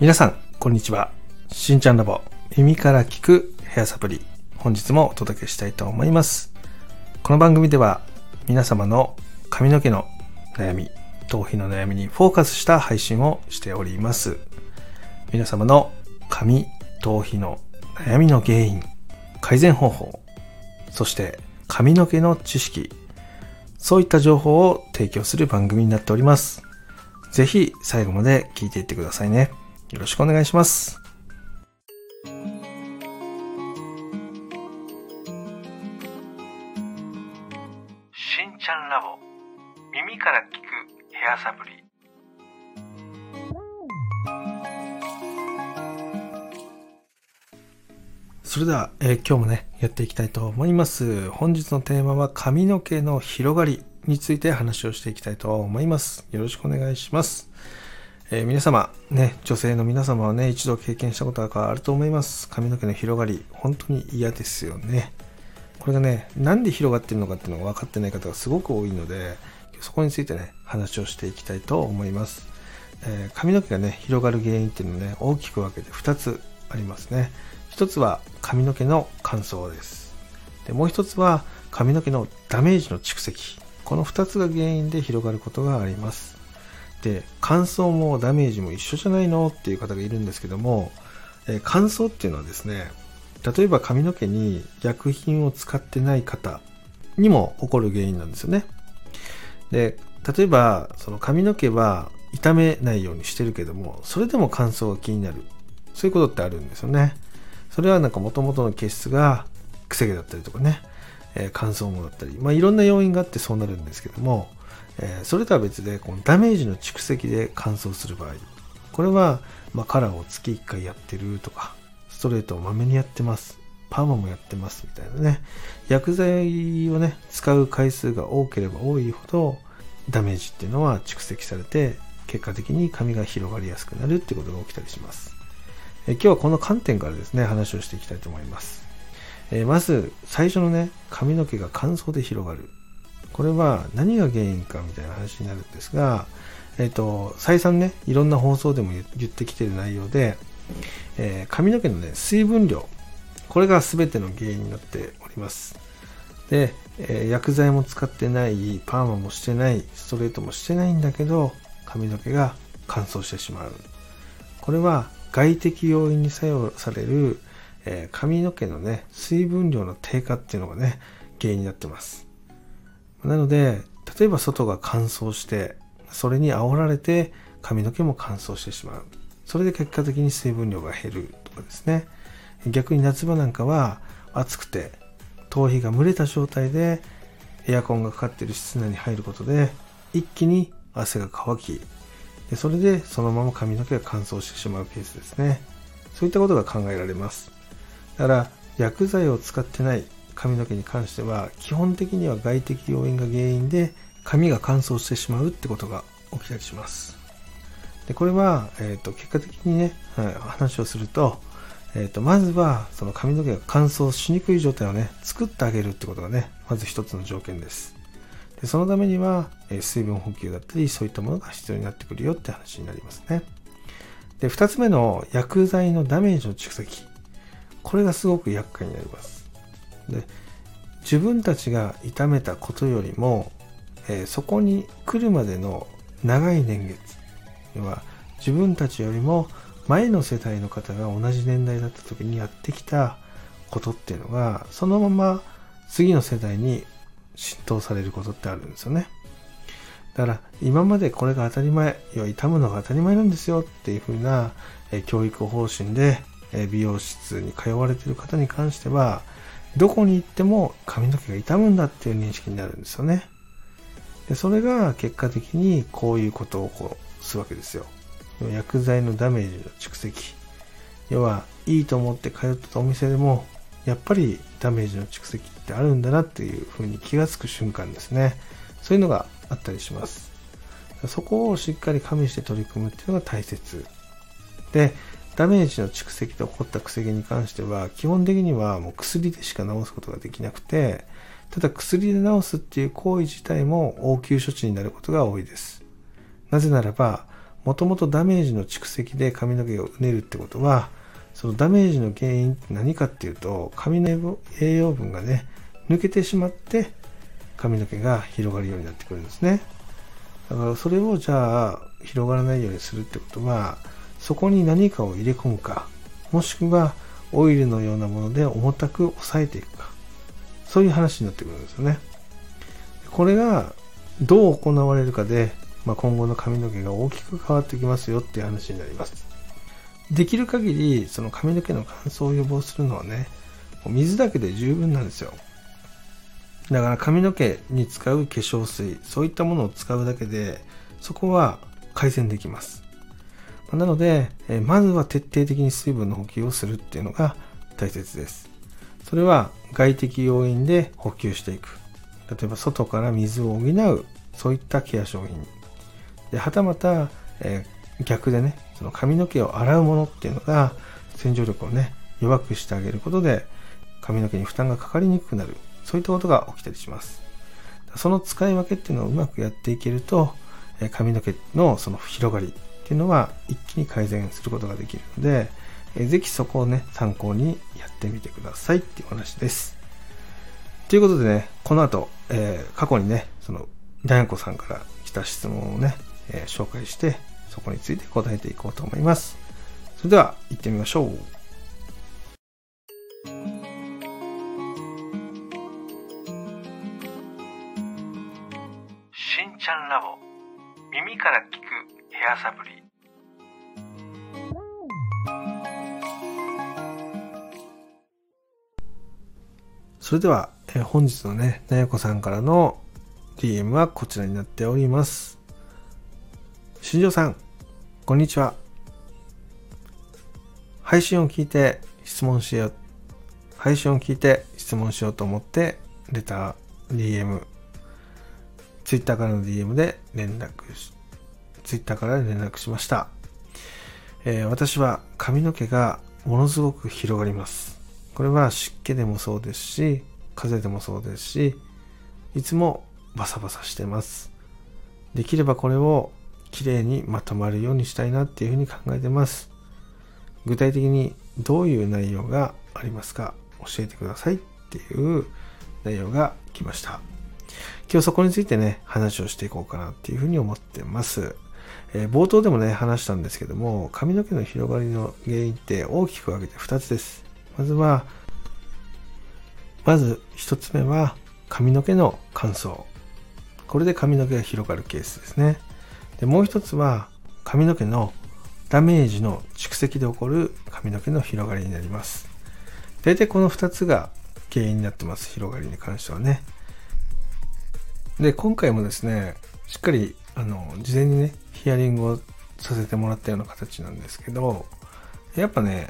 皆さんこんにちは。しんちゃんラボ耳から聞くヘアサプリ、本日もお届けしたいと思います。この番組では皆様の髪の毛の悩み、頭皮の悩みにフォーカスした配信をしております。皆様の髪、頭皮の悩みの原因、改善方法、そして髪の毛の知識、そういった情報を提供する番組になっております。ぜひ最後まで聞いていってくださいね。よろしくお願いします。しんちゃんラボ耳から聞くヘアサプリ。それでは、今日もねやっていきたいと思います。本日のテーマは髪の毛の広がりについて話をしていきたいと思います。よろしくお願いします。皆様ね、女性の皆様はね、一度経験したことがあると思います。髪の毛の広がり、本当に嫌ですよね。これがね、なんで広がっているのかっていうのが分かってない方がすごく多いので、そこについてね、話をしていきたいと思います。髪の毛がね、広がる原因っていうのはね、大きく分けて2つありますね。1つは髪の毛の乾燥です。で、もう1つは髪の毛のダメージの蓄積。この2つが原因で広がることがあります。で、乾燥もダメージも一緒じゃないのっていう方がいるんですけども、乾燥っていうのはですね、例えば髪の毛に薬品を使ってない方にも起こる原因なんですよね。で、例えばその髪の毛は傷めないようにしてるけども、それでも乾燥が気になる、そういうことってあるんですよね。それはなんか元々の毛質がくせ毛だったりとかね、乾燥もだったり、いろんな要因があってそうなるんですけども、それとは別でこのダメージの蓄積で乾燥する場合、これはカラーを月1回やってるとか、ストレートをまめにやってます、パーマもやってますみたいなね、薬剤をね使う回数が多ければ多いほどダメージっていうのは蓄積されて、結果的に髪が広がりやすくなるってことが起きたりします。今日はこの観点からですね、話をしていきたいと思います。まず最初のね、髪の毛が乾燥で広がる、これは何が原因かみたいな話になるんですが、再三ね、いろんな放送でも言ってきている内容で、髪の毛のね、水分量、これが全ての原因になっております。で、薬剤も使ってない、パーマもしてない、ストレートもしてないんだけど、髪の毛が乾燥してしまう。これは外的要因に作用される、髪の毛のね、水分量の低下っていうのがね、原因になってます。なので、例えば外が乾燥して、それに煽られて髪の毛も乾燥してしまう。それで結果的に水分量が減るとかですね。逆に夏場なんかは暑くて頭皮が蒸れた状態でエアコンがかかっている室内に入ることで一気に汗が乾き、それでそのまま髪の毛が乾燥してしまうケースですね。そういったことが考えられます。だから薬剤を使ってない髪の毛に関しては基本的には外的要因が原因で髪が乾燥してしまうってことが起きたりします。で、これは、結果的にね、話をすると、まずはその髪の毛が乾燥しにくい状態をね作ってあげるってことがね、まず一つの条件です。で、そのためには、水分補給だったりそういったものが必要になってくるよって話になりますね。で、二つ目の薬剤のダメージの蓄積、これがすごく厄介になります。で、自分たちが痛めたことよりも、そこに来るまでの長い年月、要は自分たちよりも前の世代の方が同じ年代だった時にやってきたことっていうのがそのまま次の世代に浸透されることってあるんですよね。だから今までこれが当たり前、要は痛むのが当たり前なんですよっていう風な教育方針で美容室に通われている方に関しては、どこに行っても髪の毛が傷むんだっていう認識になるんですよね。で、それが結果的にこういうことを起こすわけですよ。薬剤のダメージの蓄積。要はいいと思って通ってたお店でもやっぱりダメージの蓄積ってあるんだなっていうふうに気がつく瞬間ですね。そういうのがあったりします。そこをしっかり加味して取り組むっていうのが大切で、ダメージの蓄積で起こったくせ毛に関しては基本的にはもう薬でしか治すことができなくて、ただ薬で治すっていう行為自体も応急処置になることが多いです。なぜならばもともとダメージの蓄積で髪の毛がうねるってことは、そのダメージの原因って何かっていうと、髪の栄養分がね、抜けてしまって髪の毛が広がるようになってくるんですね。だからそれをじゃあ広がらないようにするってことは、そこに何かを入れ込むか、もしくはオイルのようなもので重たく抑えていくか、そういう話になってくるんですよね。これがどう行われるかで、今後の髪の毛が大きく変わってきますよっていう話になります。できる限りその髪の毛の乾燥を予防するのはね、水だけで十分なんですよ。だから髪の毛に使う化粧水、そういったものを使うだけでそこは改善できます。なのでまずは徹底的に水分の補給をするっていうのが大切です。それは外的要因で補給していく。例えば外から水を補う、そういったケア商品で、はたまた、逆でね、その髪の毛を洗うものっていうのが洗浄力をね弱くしてあげることで髪の毛に負担がかかりにくくなる、そういったことが起きたりします。その使い分けっていうのをうまくやっていけると、髪の毛のその広がりっていうのは一気に改善することができるので、ぜひそこをね参考にやってみてくださいっていう話です。ということでね、この後、過去にねそのダヤコさんから来た質問をね、紹介して、そこについて答えていこうと思います。それでは行ってみましょう。しんちゃんラボ、耳から聞くヘアサプリ。それでは、本日のねなやこさんからの DM はこちらになっております。新庄さん、こんにちは。配信を聞いて質問しようと思ってレター DM、 Twitter からの DM でTwitter から連絡しました。私は髪の毛がものすごく広がります。これは湿気でもそうですし、風でもそうですし、いつもバサバサしてます。できればこれをきれいにまとまるようにしたいなっていうふうに考えてます。具体的にどういう内容がありますか、教えてくださいっていう内容が来ました。今日そこについてね話をしていこうかなっていうふうに思ってます。冒頭でもね話したんですけども、髪の毛の広がりの原因って大きく分けて2つです。まず1つ目は髪の毛の乾燥。これで髪の毛が広がるケースですね。で、もう一つは髪の毛のダメージの蓄積で起こる髪の毛の広がりになります。大体この2つが原因になってます、広がりに関してはね。で、今回もですね、しっかり事前にねヒアリングをさせてもらったような形なんですけど、やっぱね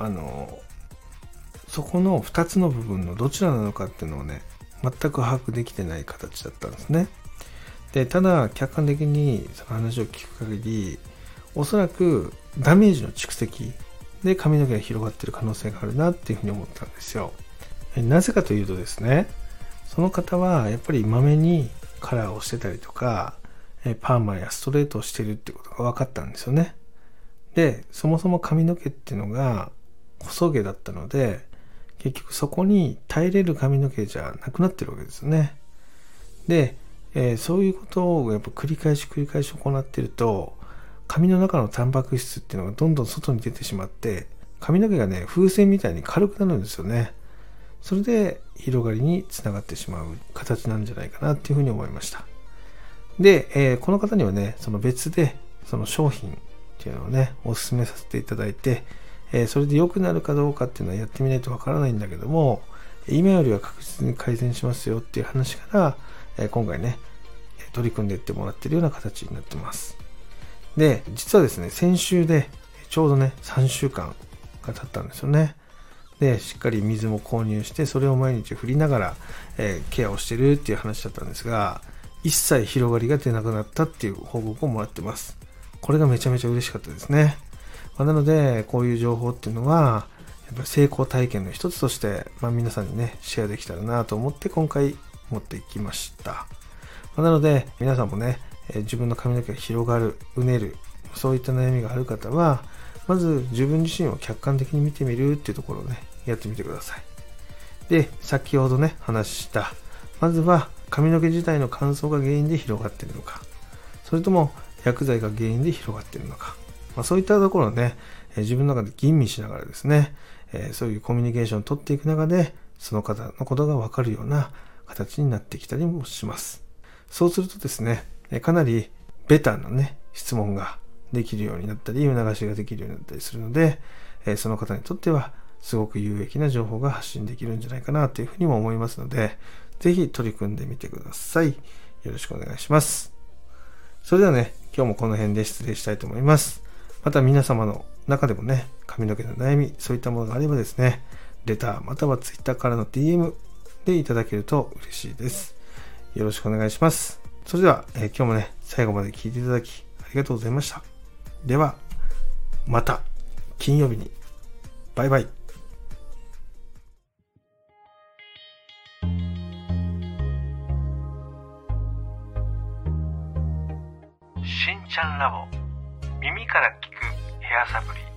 そこの2つの部分のどちらなのかっていうのをね全く把握できてない形だったんですね。で、ただ客観的にその話を聞く限り、おそらくダメージの蓄積で髪の毛が広がっている可能性があるなっていうふうに思ったんですよ。なぜかというとですね、その方はやっぱりまめにカラーをしてたりとか、パーマやストレートをしてるってことが分かったんですよね。で、そもそも髪の毛っていうのが細毛だったので、結局そこに耐えれる髪の毛じゃなくなってるわけですよね。で、そういうことをやっぱ繰り返し行っていると、髪の中のタンパク質っていうのがどんどん外に出てしまって、髪の毛がね風船みたいに軽くなるんですよね。それで広がりにつながってしまう形なんじゃないかなっていうふうに思いました。で、この方にはねその別でその商品っていうのをねお勧めさせていただいて、それで良くなるかどうかっていうのはやってみないとわからないんだけども、今よりは確実に改善しますよっていう話から、今回ね取り組んでいってもらっているような形になってます。で、実はですね先週でちょうどね3週間が経ったんですよね。で、しっかり水も購入して、それを毎日振りながら、ケアをしてるっていう話だったんですが、一切広がりが出なくなったっていう報告をもらってます。これがめちゃめちゃ嬉しかったですね。なのでこういう情報っていうのはやっぱり成功体験の一つとして、皆さんにねシェアできたらなと思って今回持ってきました。なので皆さんもね、自分の髪の毛が広がる、うねる、 そういった悩みがある方は、まず自分自身を客観的に見てみるっていうところをね、やってみてください。で、先ほどね、話した、まずは髪の毛自体の乾燥が原因で広がっているのか、それとも薬剤が原因で広がっているのか、そういったところをね、自分の中で吟味しながらですね、そういうコミュニケーションを取っていく中で、その方のことが分かるような形になってきたりもします。そうするとですね、かなりベターなね、質問ができるようになったり、促しができるようになったりするので、その方にとってはすごく有益な情報が発信できるんじゃないかなというふうにも思いますので、ぜひ取り組んでみてください。よろしくお願いします。それではね、今日もこの辺で失礼したいと思います。また皆様の中でもね、髪の毛の悩み、そういったものがあればですね、レターまたは Twitter からの DM でいただけると嬉しいです。よろしくお願いします。それでは、今日もね、最後まで聞いていただきありがとうございました。では、また金曜日に。バイバイ。しんちゃんラボ、耳から聞くヘアサプリ。